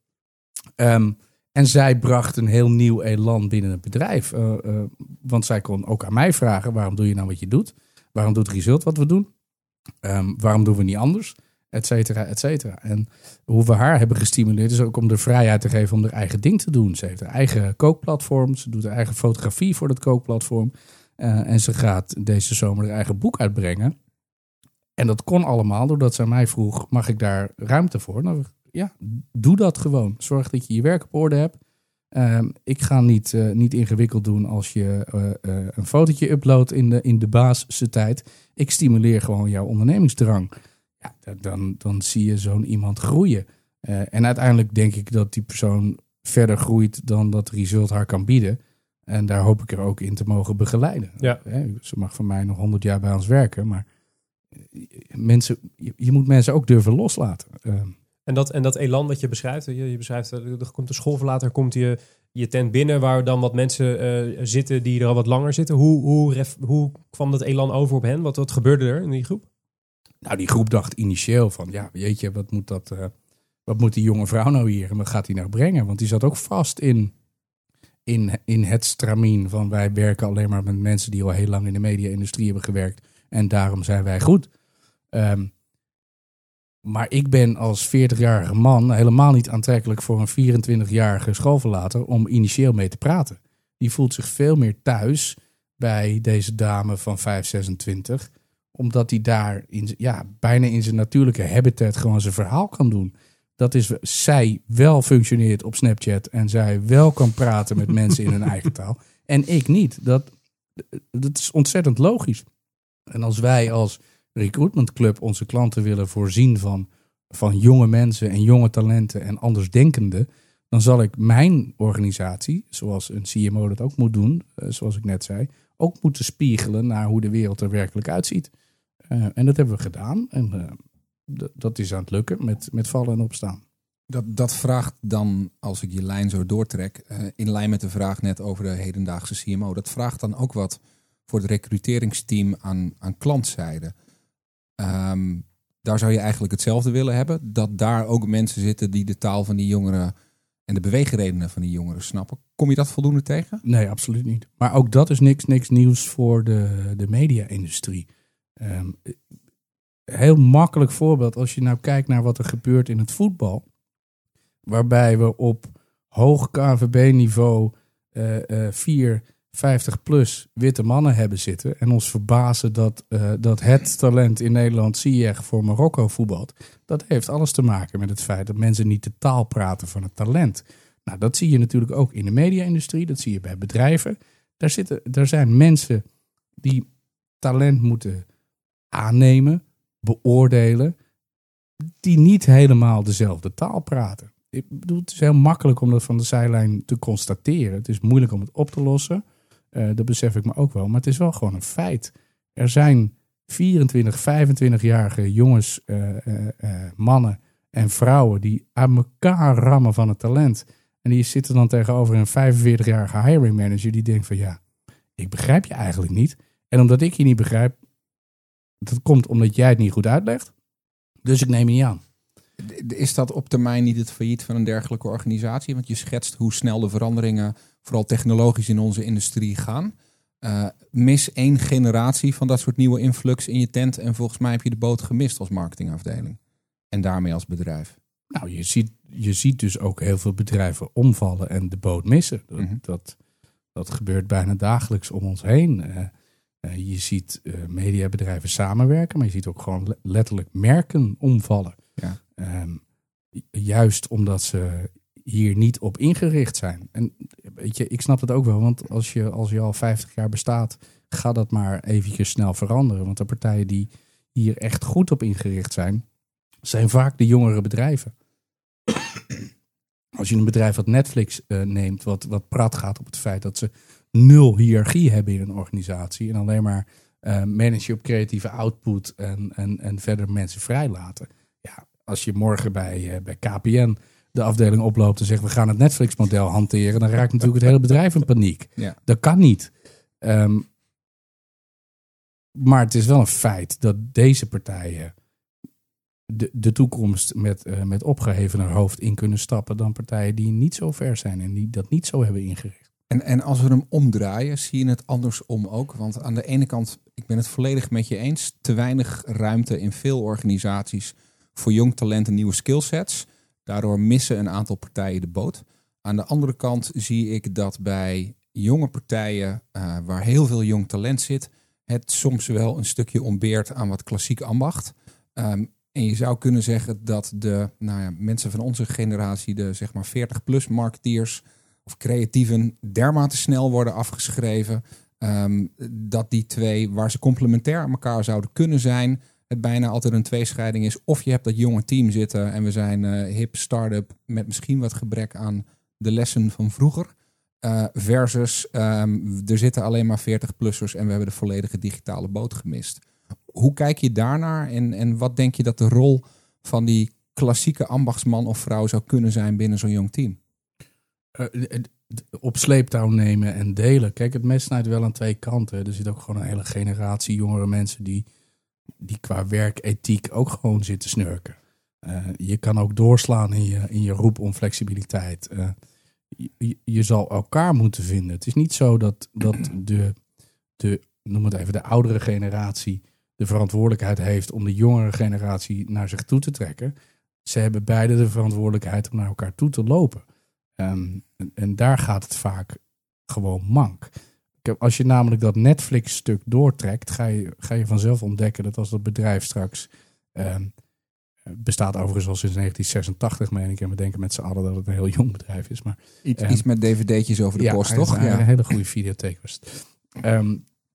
En zij bracht een heel nieuw elan binnen het bedrijf. Want zij kon ook aan mij vragen: waarom doe je nou wat je doet? Waarom doet Result wat we doen? Waarom doen we niet anders? Etcetera, etcetera. En hoe we haar hebben gestimuleerd is ook om de vrijheid te geven om haar eigen ding te doen. Ze heeft haar eigen kookplatform. Ze doet haar eigen fotografie voor dat kookplatform. En ze gaat deze zomer haar eigen boek uitbrengen. En dat kon allemaal doordat ze aan mij vroeg: mag ik daar ruimte voor? Nou, ja, doe dat gewoon. Zorg dat je je werk op orde hebt. Ik ga niet ingewikkeld doen als je een fotootje uploadt in de basistijd. Ik stimuleer gewoon jouw ondernemingsdrang. Ja, dan zie je zo'n iemand groeien. En uiteindelijk denk ik dat die persoon verder groeit dan dat Result haar kan bieden. En daar hoop ik er ook in te mogen begeleiden. Ja. Ze mag van mij nog 100 jaar bij ons werken. Maar je moet mensen ook durven loslaten. En dat elan wat je beschrijft, je beschrijft, er komt een schoolverlater, komt je tent binnen waar dan wat mensen zitten die er al wat langer zitten. Hoe kwam dat elan over op hen? Wat gebeurde er in die groep? Nou, die groep dacht initieel van, ja, jeetje, wat moet die jonge vrouw nou hier en wat gaat die nou brengen? Want die zat ook vast in het stramien van wij werken alleen maar met mensen die al heel lang in de media-industrie hebben gewerkt en daarom zijn wij goed. Maar ik ben als 40-jarige man helemaal niet aantrekkelijk voor een 24-jarige schoolverlater om initieel mee te praten. Die voelt zich veel meer thuis bij deze dame van 526, omdat hij daar bijna in zijn natuurlijke habitat gewoon zijn verhaal kan doen. Dat is, zij wel functioneert op Snapchat en zij wel kan praten met mensen in hun eigen taal. En ik niet. Dat is ontzettend logisch. En als wij als recruitment club onze klanten willen voorzien van van jonge mensen en jonge talenten en andersdenkenden, dan zal ik mijn organisatie, zoals een CMO dat ook moet doen, zoals ik net zei, ook moeten spiegelen naar hoe de wereld er werkelijk uitziet. En dat hebben we gedaan. En dat is aan het lukken met vallen en opstaan. Dat vraagt dan, als ik je lijn zo doortrek, in lijn met de vraag net over de hedendaagse CMO, dat vraagt dan ook wat voor het recruteringsteam aan klantzijde. Daar zou je eigenlijk hetzelfde willen hebben. Dat daar ook mensen zitten die de taal van die jongeren en de beweegredenen van die jongeren snappen. Kom je dat voldoende tegen? Nee, absoluut niet. Maar ook dat is niks nieuws voor de media-industrie. Heel makkelijk voorbeeld als je nou kijkt naar wat er gebeurt in het voetbal. Waarbij we op hoog KNVB-niveau 4 50-plus witte mannen hebben zitten. En ons verbazen dat het talent in Nederland, Ziyech, voor Marokko voetbalt. Dat heeft alles te maken met het feit dat mensen niet de taal praten van het talent. Nou, dat zie je natuurlijk ook in de media-industrie. Dat zie je bij bedrijven. Daar zijn mensen die talent moeten aannemen, beoordelen, die niet helemaal dezelfde taal praten. Ik bedoel, het is heel makkelijk om dat van de zijlijn te constateren. Het is moeilijk om het op te lossen. Dat besef ik me ook wel. Maar het is wel gewoon een feit. Er zijn 24, 25-jarige jongens, mannen en vrouwen die aan elkaar rammen van het talent. En die zitten dan tegenover een 45-jarige hiring manager die denkt van ja, ik begrijp je eigenlijk niet. En omdat ik je niet begrijp, dat komt omdat jij het niet goed uitlegt. Dus ik neem je niet aan. Is dat op termijn niet het failliet van een dergelijke organisatie? Want je schetst hoe snel de veranderingen, vooral technologisch in onze industrie, gaan. Mis 1 generatie van dat soort nieuwe influx in je tent en volgens mij heb je de boot gemist als marketingafdeling. En daarmee als bedrijf. Nou, je ziet dus ook heel veel bedrijven omvallen en de boot missen. Dat gebeurt bijna dagelijks om ons heen. Je ziet mediabedrijven samenwerken, maar je ziet ook gewoon letterlijk merken omvallen. Ja. Juist omdat ze hier niet op ingericht zijn. En weet je, ik snap het ook wel, want als je al 50 jaar bestaat, gaat dat maar eventjes snel veranderen. Want de partijen die hier echt goed op ingericht zijn vaak de jongere bedrijven. Als je een bedrijf als Netflix neemt, wat praat gaat op het feit dat ze 0 hiërarchie hebben in een organisatie en alleen maar managen op creatieve output en verder mensen vrijlaten. Ja, als je morgen bij KPN de afdeling oploopt en zegt we gaan het Netflix-model hanteren, dan raakt natuurlijk het hele bedrijf in paniek. Ja. Dat kan niet. Maar het is wel een feit dat deze partijen de toekomst met opgehevener hoofd in kunnen stappen dan partijen die niet zo ver zijn en die dat niet zo hebben ingericht. En als we hem omdraaien, zie je het andersom ook? Want aan de ene kant, ik ben het volledig met je eens, te weinig ruimte in veel organisaties voor jong talent en nieuwe skillsets. Daardoor missen een aantal partijen de boot. Aan de andere kant zie ik dat bij jonge partijen waar heel veel jong talent zit, het soms wel een stukje ontbeert aan wat klassiek ambacht. En je zou kunnen zeggen dat de mensen van onze generatie, de zeg maar 40-plus marketeers of creatieven, dermate snel worden afgeschreven. Dat die twee, waar ze complementair aan elkaar zouden kunnen zijn, het bijna altijd een tweescheiding is. Of je hebt dat jonge team zitten en we zijn hip, start-up met misschien wat gebrek aan de lessen van vroeger. Versus er zitten alleen maar 40-plussers en we hebben de volledige digitale boot gemist. Hoe kijk je daarnaar en wat denk je dat de rol van die klassieke ambachtsman of vrouw zou kunnen zijn binnen zo'n jong team? Op sleeptouw nemen en delen. Kijk, het mes snijdt wel aan 2 kanten. Er zit ook gewoon een hele generatie jongere mensen die qua werkethiek ook gewoon zitten snurken. Je kan ook doorslaan in je roep om flexibiliteit. Je zal elkaar moeten vinden. Het is niet zo dat noem het even, de oudere generatie de verantwoordelijkheid heeft om de jongere generatie naar zich toe te trekken. Ze hebben beide de verantwoordelijkheid om naar elkaar toe te lopen. En daar gaat het vaak gewoon mank. Als je namelijk dat Netflix-stuk doortrekt, ga je vanzelf ontdekken dat als dat bedrijf straks bestaat overigens al sinds 1986, meen ik. En we denken met z'n allen dat het een heel jong bedrijf is. Maar, iets met dvd'tjes over de post, toch? Ja, een hele goede videotheek was het.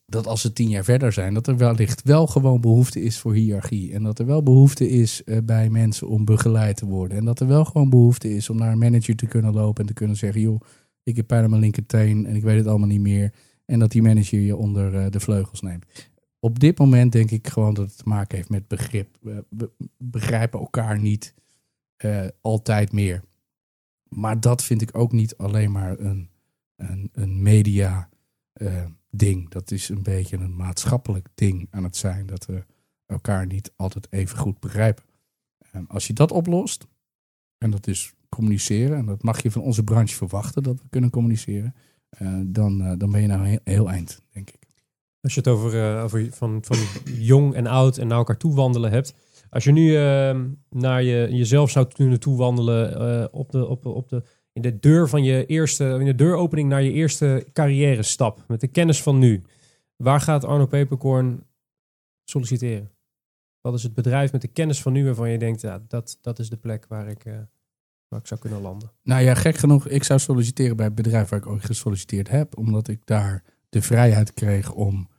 dat als ze 10 jaar verder zijn, dat er wellicht wel gewoon behoefte is voor hiërarchie. En dat er wel behoefte is bij mensen om begeleid te worden. En dat er wel gewoon behoefte is om naar een manager te kunnen lopen en te kunnen zeggen, joh, ik heb pijn aan mijn linkerteen en ik weet het allemaal niet meer. En dat die manager je onder de vleugels neemt. Op dit moment denk ik gewoon dat het te maken heeft met begrip. We begrijpen elkaar niet altijd meer. Maar dat vind ik ook niet alleen maar een media ding. Dat is een beetje een maatschappelijk ding aan het zijn. Dat we elkaar niet altijd even goed begrijpen. Als je dat oplost, en dat is communiceren, en dat mag je van onze branche verwachten dat we kunnen communiceren, dan ben je nou heel eind, denk ik. Als je het over van jong en oud en naar elkaar toe wandelen hebt. Als je nu naar jezelf zou kunnen toewandelen in de deuropening naar je eerste carrière stap. Met de kennis van nu. Waar gaat Arno Peperkorn solliciteren? Wat is het bedrijf met de kennis van nu waarvan je denkt, ja, dat is de plek waar ik zou kunnen landen? Nou ja, gek genoeg, ik zou solliciteren bij het bedrijf waar ik ooit gesolliciteerd heb. Omdat ik daar de vrijheid kreeg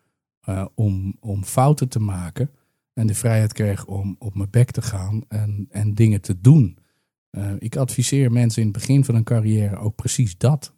om fouten te maken. En de vrijheid kreeg om op mijn bek te gaan en dingen te doen. Ik adviseer mensen in het begin van een carrière ook precies dat.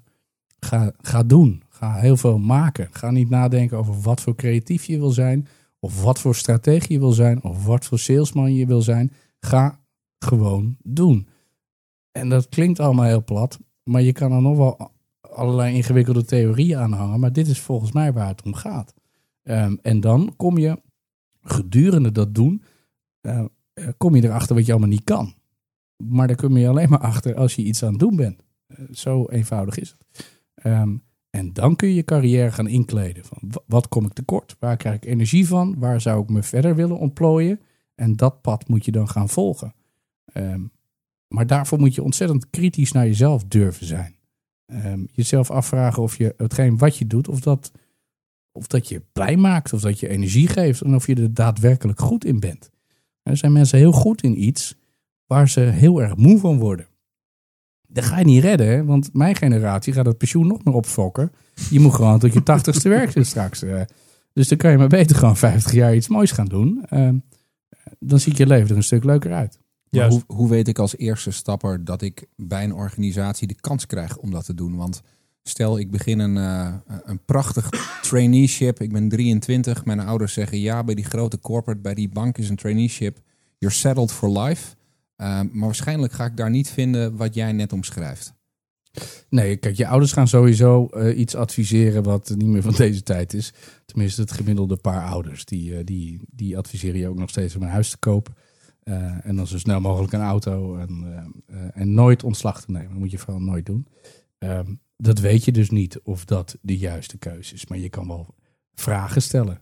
Ga doen. Ga heel veel maken. Ga niet nadenken over wat voor creatief je wil zijn. Of wat voor strategie je wil zijn. Of wat voor salesman je wil zijn. Ga gewoon doen. En dat klinkt allemaal heel plat. Maar je kan er nog wel allerlei ingewikkelde theorieën aan hangen. Maar dit is volgens mij waar het om gaat. En dan kom je gedurende dat doen, kom je erachter wat je allemaal niet kan. Maar daar kom je alleen maar achter als je iets aan het doen bent. Zo eenvoudig is het. En dan kun je je carrière gaan inkleden. Van wat kom ik tekort? Waar krijg ik energie van? Waar zou ik me verder willen ontplooien? En dat pad moet je dan gaan volgen. Maar daarvoor moet je ontzettend kritisch naar jezelf durven zijn. Jezelf afvragen of je hetgeen wat je doet, of dat je blij maakt, of dat je energie geeft en of je er daadwerkelijk goed in bent. Er zijn mensen heel goed in iets waar ze heel erg moe van worden. Dat ga je niet redden, hè? Want mijn generatie gaat het pensioen nog meer opfokken. Je moet gewoon tot je 80ste werken straks. Dus dan kan je maar beter gewoon 50 jaar iets moois gaan doen. Dan ziet je leven er een stuk leuker uit. Ja, hoe weet ik als eerste stapper dat ik bij een organisatie de kans krijg om dat te doen? Want stel, ik begin een prachtig traineeship. Ik ben 23. Mijn ouders zeggen ja, bij die grote corporate, bij die bank is een traineeship. You're settled for life. Maar waarschijnlijk ga ik daar niet vinden wat jij net omschrijft. Nee, kijk, je ouders gaan sowieso iets adviseren wat niet meer van deze tijd is. Tenminste, het gemiddelde paar ouders. Die adviseren je ook nog steeds om een huis te kopen. En dan zo snel mogelijk een auto. En nooit ontslag te nemen. Dat moet je vooral nooit doen. Dat weet je dus niet of dat de juiste keuze is. Maar je kan wel vragen stellen.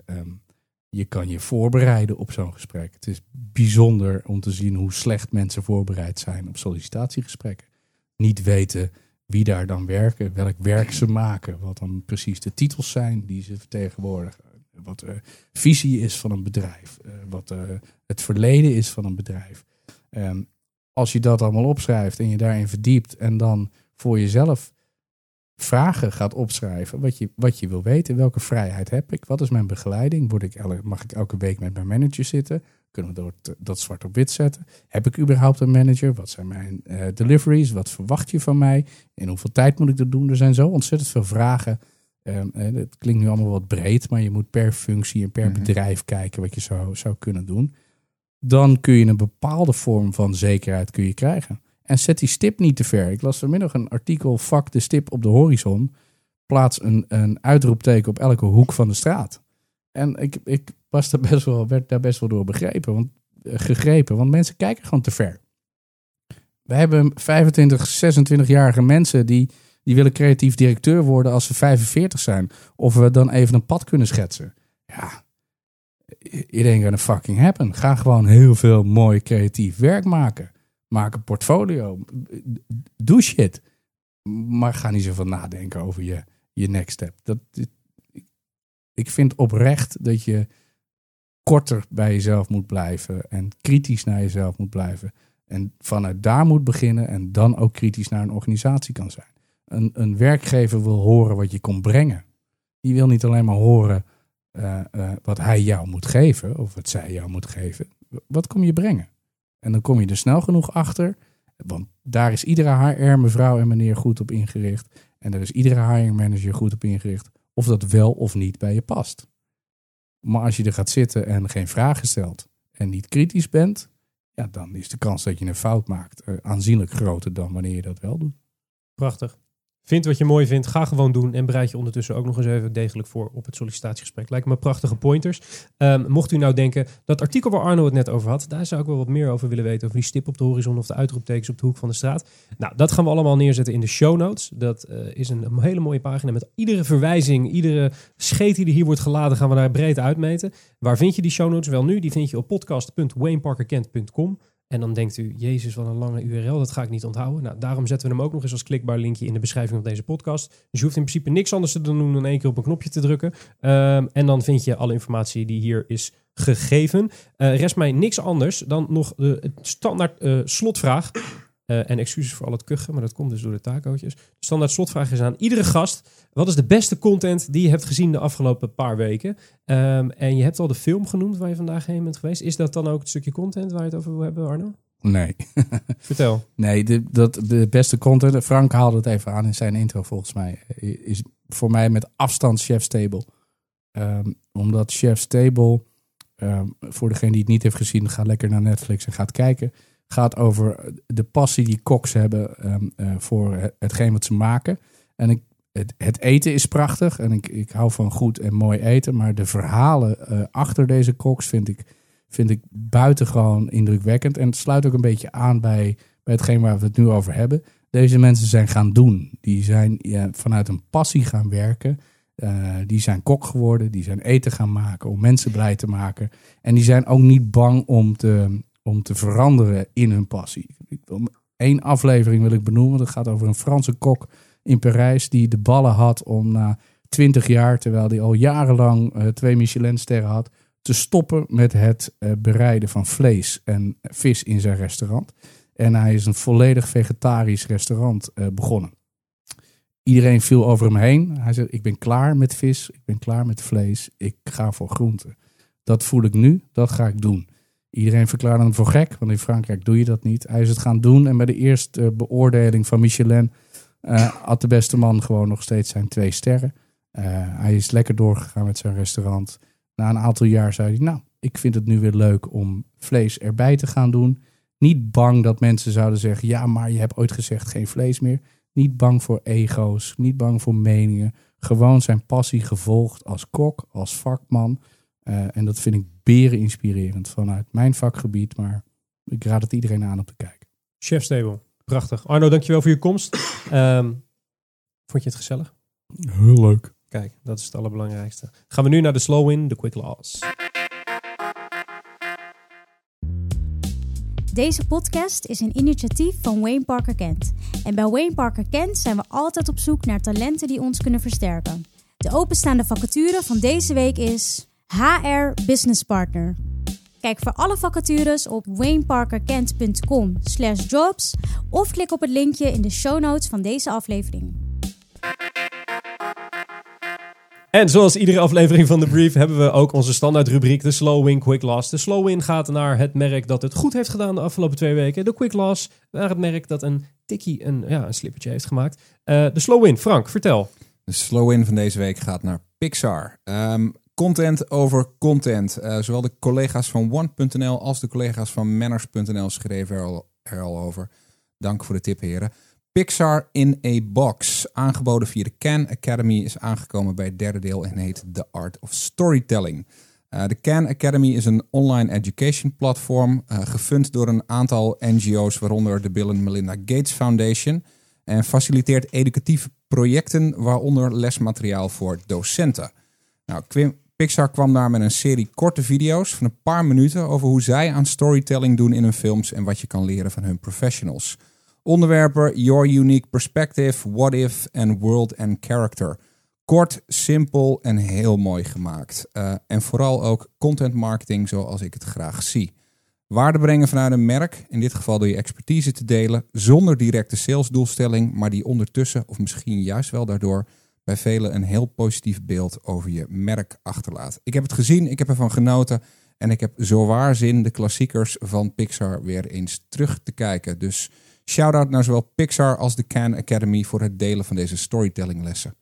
Je kan je voorbereiden op zo'n gesprek. Het is bijzonder om te zien hoe slecht mensen voorbereid zijn op sollicitatiegesprekken. Niet weten wie daar dan werken, welk werk ze maken, wat dan precies de titels zijn die ze vertegenwoordigen. Wat de visie is van een bedrijf, wat het verleden is van een bedrijf. Als je dat allemaal opschrijft en je daarin verdiept en dan voor jezelf vragen gaat opschrijven wat je wil weten. Welke vrijheid heb ik? Wat is mijn begeleiding? Mag ik elke week met mijn manager zitten? Kunnen we dat zwart op wit zetten? Heb ik überhaupt een manager? Wat zijn mijn deliveries? Wat verwacht je van mij? In hoeveel tijd moet ik dat doen? Er zijn zo ontzettend veel vragen. Het klinkt nu allemaal wat breed, maar je moet per functie en per bedrijf kijken wat je zou kunnen doen. Dan kun je een bepaalde vorm van zekerheid krijgen. En zet die stip niet te ver. Ik las vanmiddag een artikel, vak de stip op de horizon. Plaats een uitroepteken op elke hoek van de straat. En ik werd daar best wel door gegrepen. Want mensen kijken gewoon te ver. We hebben 25, 26-jarige mensen die willen creatief directeur worden als ze 45 zijn. Of we dan even een pad kunnen schetsen. Ja, it ain't gonna fucking happen. Ga gewoon heel veel mooi creatief werk maken. Maak een portfolio. Doe shit. Maar ga niet zoveel nadenken over je next step. Ik vind oprecht dat je korter bij jezelf moet blijven. En kritisch naar jezelf moet blijven. En vanuit daar moet beginnen. En dan ook kritisch naar een organisatie kan zijn. Een werkgever wil horen wat je komt brengen. Die wil niet alleen maar horen wat hij jou moet geven. Of wat zij jou moet geven. Wat kom je brengen? En dan kom je er snel genoeg achter. Want daar is iedere HR mevrouw en meneer goed op ingericht. En daar is iedere hiring manager goed op ingericht. Of dat wel of niet bij je past. Maar als je er gaat zitten en geen vragen stelt. En niet kritisch bent. Ja, dan is de kans dat je een fout maakt aanzienlijk groter dan wanneer je dat wel doet. Prachtig. Vind wat je mooi vindt, ga gewoon doen en bereid je ondertussen ook nog eens even degelijk voor op het sollicitatiegesprek. Lijkt me prachtige pointers. Mocht u nou denken, dat artikel waar Arno het net over had, daar zou ik wel wat meer over willen weten, over die stip op de horizon of de uitroeptekens op de hoek van de straat. Nou, dat gaan we allemaal neerzetten in de show notes. Dat is een hele mooie pagina met iedere verwijzing, iedere scheet die er hier wordt geladen, gaan we daar breed uitmeten. Waar vind je die show notes? Wel nu, die vind je op podcast.wayneparkerkent.com. En dan denkt u, jezus, wat een lange URL, dat ga ik niet onthouden. Nou, daarom zetten we hem ook nog eens als klikbaar linkje in de beschrijving van deze podcast. Dus je hoeft in principe niks anders te doen dan 1 keer op een knopje te drukken. En dan vind je alle informatie die hier is gegeven. Rest mij niks anders dan nog de standaard slotvraag. En excuses voor al het kuchen, maar dat komt dus door de tacootjes. De standaard slotvraag is aan iedere gast. Wat is de beste content die je hebt gezien de afgelopen paar weken? En je hebt al de film genoemd waar je vandaag heen bent geweest. Is dat dan ook het stukje content waar je het over wil hebben, Arno? Nee. Vertel. Nee, de beste content, Frank haalde het even aan in zijn intro volgens mij, is voor mij met afstand Chef's Table. Omdat Chef's Table, voor degene die het niet heeft gezien, ga lekker naar Netflix en gaat kijken. Gaat over de passie die koks hebben voor hetgeen wat ze maken. En het eten is prachtig en ik hou van goed en mooi eten. Maar de verhalen achter deze koks vind ik buitengewoon indrukwekkend. En het sluit ook een beetje aan bij hetgeen waar we het nu over hebben. Deze mensen zijn gaan doen. Die zijn vanuit een passie gaan werken. Die zijn kok geworden. Die zijn eten gaan maken om mensen blij te maken. En die zijn ook niet bang om te veranderen in hun passie. 1 aflevering wil ik benoemen. Dat gaat over een Franse kok in Parijs die de ballen had om na 20 jaar, terwijl hij al jarenlang 2 Michelinsterren had, te stoppen met het bereiden van vlees en vis in zijn restaurant. En hij is een volledig vegetarisch restaurant begonnen. Iedereen viel over hem heen. Hij zei, ik ben klaar met vis, ik ben klaar met vlees, ik ga voor groenten. Dat voel ik nu, dat ga ik doen. Iedereen verklaarde hem voor gek, want in Frankrijk doe je dat niet. Hij is het gaan doen en bij de eerste beoordeling van Michelin had de beste man gewoon nog steeds zijn 2 sterren. Hij is lekker doorgegaan met zijn restaurant. Na een aantal jaar zei hij, nou, ik vind het nu weer leuk om vlees erbij te gaan doen. Niet bang dat mensen zouden zeggen, ja, maar je hebt ooit gezegd geen vlees meer. Niet bang voor ego's, niet bang voor meningen. Gewoon zijn passie gevolgd als kok, als vakman. En dat vind ik beren inspirerend vanuit mijn vakgebied. Maar ik raad het iedereen aan om te kijken. Chef's Table. Prachtig. Arno, dankjewel voor je komst. Vond je het gezellig? Heel leuk. Kijk, dat is het allerbelangrijkste. Gaan we nu naar de slow win, de quick loss. Deze podcast is een initiatief van Wayne Parker Kent. En bij Wayne Parker Kent zijn we altijd op zoek naar talenten die ons kunnen versterken. De openstaande vacature van deze week is HR Business Partner. Kijk voor alle vacatures op wayneparkerkent.com/jobs of klik op het linkje in de show notes van deze aflevering. En zoals iedere aflevering van The Brief hebben we ook onze standaard rubriek, de Slow Win Quick Loss. De Slow Win gaat naar het merk dat het goed heeft gedaan de afgelopen 2 weken. De Quick Loss naar het merk dat een tikkie, een slippertje heeft gemaakt. De Slow Win, Frank, vertel. De Slow Win van deze week gaat naar Pixar. Content over content. Zowel de collega's van One.nl als de collega's van Manners.nl schreven er al over. Dank voor de tip, heren. Pixar in a Box, aangeboden via de Khan Academy, is aangekomen bij het 3e deel en heet The Art of Storytelling. De Khan Academy is een online education platform, gefund door een aantal NGO's, waaronder de Bill and Melinda Gates Foundation, en faciliteert educatieve projecten, waaronder lesmateriaal voor docenten. Nou, Pixar kwam daar met een serie korte video's van een paar minuten over hoe zij aan storytelling doen in hun films en wat je kan leren van hun professionals. Onderwerpen Your Unique Perspective, What If en World and Character. Kort, simpel en heel mooi gemaakt. En vooral ook content marketing zoals ik het graag zie. Waarde brengen vanuit een merk, in dit geval door je expertise te delen, zonder directe salesdoelstelling, maar die ondertussen, of misschien juist wel daardoor, bij velen een heel positief beeld over je merk achterlaat. Ik heb het gezien, ik heb ervan genoten en ik heb zowaar zin de klassiekers van Pixar weer eens terug te kijken. Dus shout-out naar zowel Pixar als de Khan Academy voor het delen van deze storytellinglessen.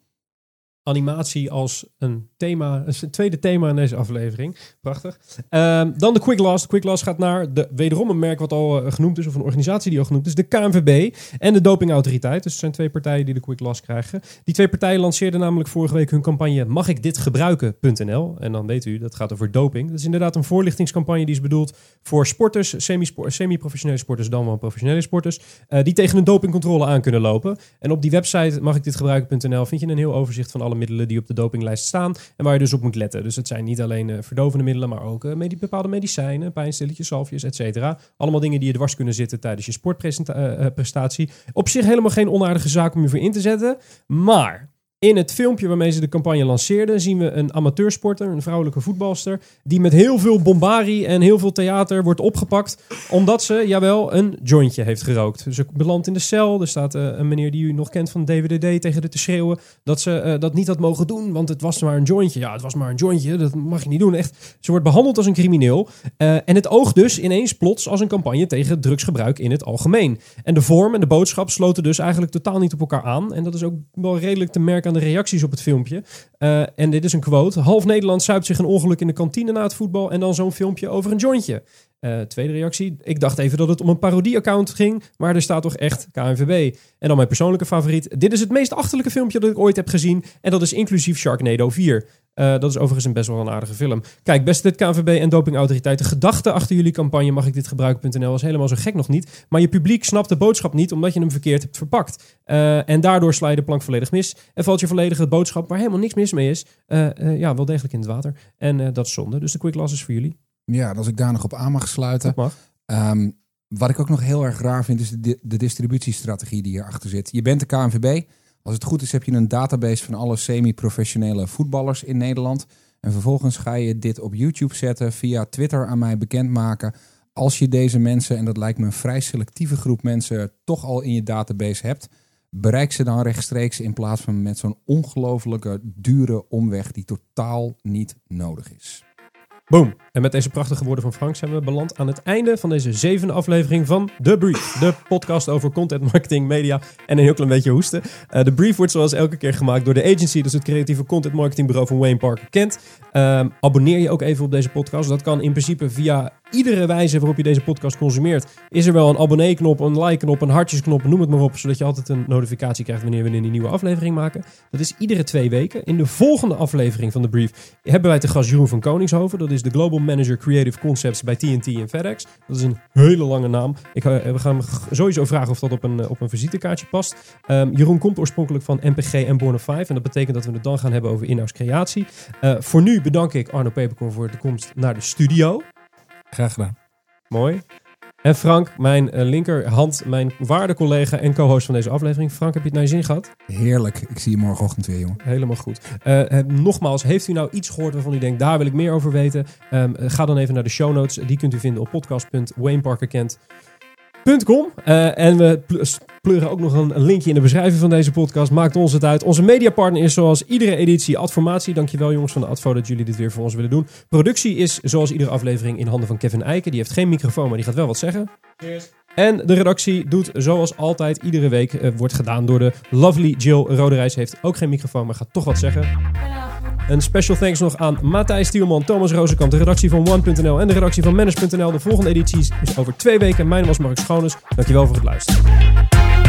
Animatie als een thema, een tweede thema in deze aflevering. Prachtig. Dan de Quick Loss. De Quick Loss gaat naar wederom een merk wat al genoemd is, of een organisatie die al genoemd is, de KNVB en de Dopingautoriteit. Dus het zijn 2 partijen die de Quick Loss krijgen. Die 2 partijen lanceerden namelijk vorige week hun campagne magikditgebruiken.nl. En dan weet u, dat gaat over doping. Dat is inderdaad een voorlichtingscampagne die is bedoeld voor sporters, semi-professionele sporters, dan wel professionele sporters, die tegen een dopingcontrole aan kunnen lopen. En op die website magikditgebruiken.nl vind je een heel overzicht van alle middelen die op de dopinglijst staan en waar je dus op moet letten. Dus het zijn niet alleen verdovende middelen, maar ook bepaalde medicijnen, pijnstilletjes, salfjes, etc. Allemaal dingen die je dwars kunnen zitten tijdens je sportprestatie. Op zich helemaal geen onaardige zaak om je voor in te zetten, maar in het filmpje waarmee ze de campagne lanceerden zien we een amateursporter, een vrouwelijke voetbalster, die met heel veel bombarie en heel veel theater wordt opgepakt, omdat ze, jawel, een jointje heeft gerookt. Dus ze belandt in de cel. Er staat een meneer die u nog kent van DWDD tegen haar te schreeuwen dat ze dat niet had mogen doen, want het was maar een jointje. Ja, het was maar een jointje, dat mag je niet doen. Echt, ze wordt behandeld als een crimineel. En het oogt dus ineens plots als een campagne tegen drugsgebruik in het algemeen. En de vorm en de boodschap sloten dus eigenlijk totaal niet op elkaar aan. En dat is ook wel redelijk te merken aan de reacties op het filmpje. En dit is een quote. Half Nederland zuipt zich een ongeluk in de kantine na het voetbal en dan zo'n filmpje over een jointje. Tweede reactie. Ik dacht even dat het om een parodie-account ging, maar er staat toch echt KNVB. En dan mijn persoonlijke favoriet. Dit is het meest achterlijke filmpje dat ik ooit heb gezien en dat is inclusief Sharknado 4. Dat is overigens een best wel een aardige film. Kijk, beste KNVB en dopingautoriteit. De gedachte achter jullie campagne magikditgebruiken.nl is helemaal zo gek nog niet. Maar je publiek snapt de boodschap niet omdat je hem verkeerd hebt verpakt. En daardoor sla je de plank volledig mis. En valt je volledige boodschap waar helemaal niks mis mee is, wel degelijk in het water. En dat is zonde. Dus de Quick Loss is voor jullie. Ja, als ik daar nog op aan mag sluiten. Dat mag. Wat ik ook nog heel erg raar vind is de distributiestrategie die hierachter zit. Je bent de KNVB. Als het goed is heb je een database van alle semi-professionele voetballers in Nederland. En vervolgens ga je dit op YouTube zetten, via Twitter aan mij bekendmaken. Als je deze mensen, en dat lijkt me een vrij selectieve groep mensen, toch al in je database hebt, bereik ze dan rechtstreeks in plaats van met zo'n ongelofelijke dure omweg die totaal niet nodig is. Boom. En met deze prachtige woorden van Frank zijn we beland aan het einde van deze 7e aflevering van The Brief. De podcast over content marketing, media en een heel klein beetje hoesten. De Brief wordt zoals elke keer gemaakt door de agency. Dat is het creatieve content marketingbureau van Wayne Parker Kent. Abonneer je ook even op deze podcast. Dat kan in principe via iedere wijze waarop je deze podcast consumeert. Is er wel een abonnee-knop, een like-knop, een hartjesknop, noem het maar op. Zodat je altijd een notificatie krijgt wanneer we een nieuwe aflevering maken. Dat is iedere 2 weken. In de volgende aflevering van The Brief hebben wij te gast Jeroen van Koningshoven. Dat is de Global Manager Creative Concepts bij TNT en FedEx. Dat is een hele lange naam. We gaan hem sowieso vragen of dat op een visitekaartje past. Jeroen komt oorspronkelijk van NPG en Born of 5. En dat betekent dat we het dan gaan hebben over in-house creatie. Voor nu bedank ik Arno Peperkorn voor de komst naar de studio. Graag gedaan. Mooi. En Frank, mijn linkerhand, mijn waarde collega en co-host van deze aflevering. Frank, heb je het naar je zin gehad? Heerlijk. Ik zie je morgenochtend weer, jongen. Helemaal goed. Nogmaals, heeft u nou iets gehoord waarvan u denkt, daar wil ik meer over weten? Ga dan even naar de show notes. Die kunt u vinden op podcast.wayneparkerkent.com. En we pleuren ook nog een linkje in de beschrijving van deze podcast. Maakt ons het uit. Onze mediapartner is zoals iedere editie Adformatie. Dankjewel jongens van de Advo dat jullie dit weer voor ons willen doen. Productie is zoals iedere aflevering in handen van Kevin Eiken. Die heeft geen microfoon, maar die gaat wel wat zeggen. Cheers. En de redactie doet zoals altijd iedere week wordt gedaan door de lovely Jill Roderijs. Heeft ook geen microfoon, maar gaat toch wat zeggen. Een special thanks nog aan Matthijs Stielman, Thomas Rozenkamp, de redactie van One.nl en de redactie van Manage.nl. De volgende editie is over 2 weken. Mijn naam was Mark Schoones. Dankjewel voor het luisteren.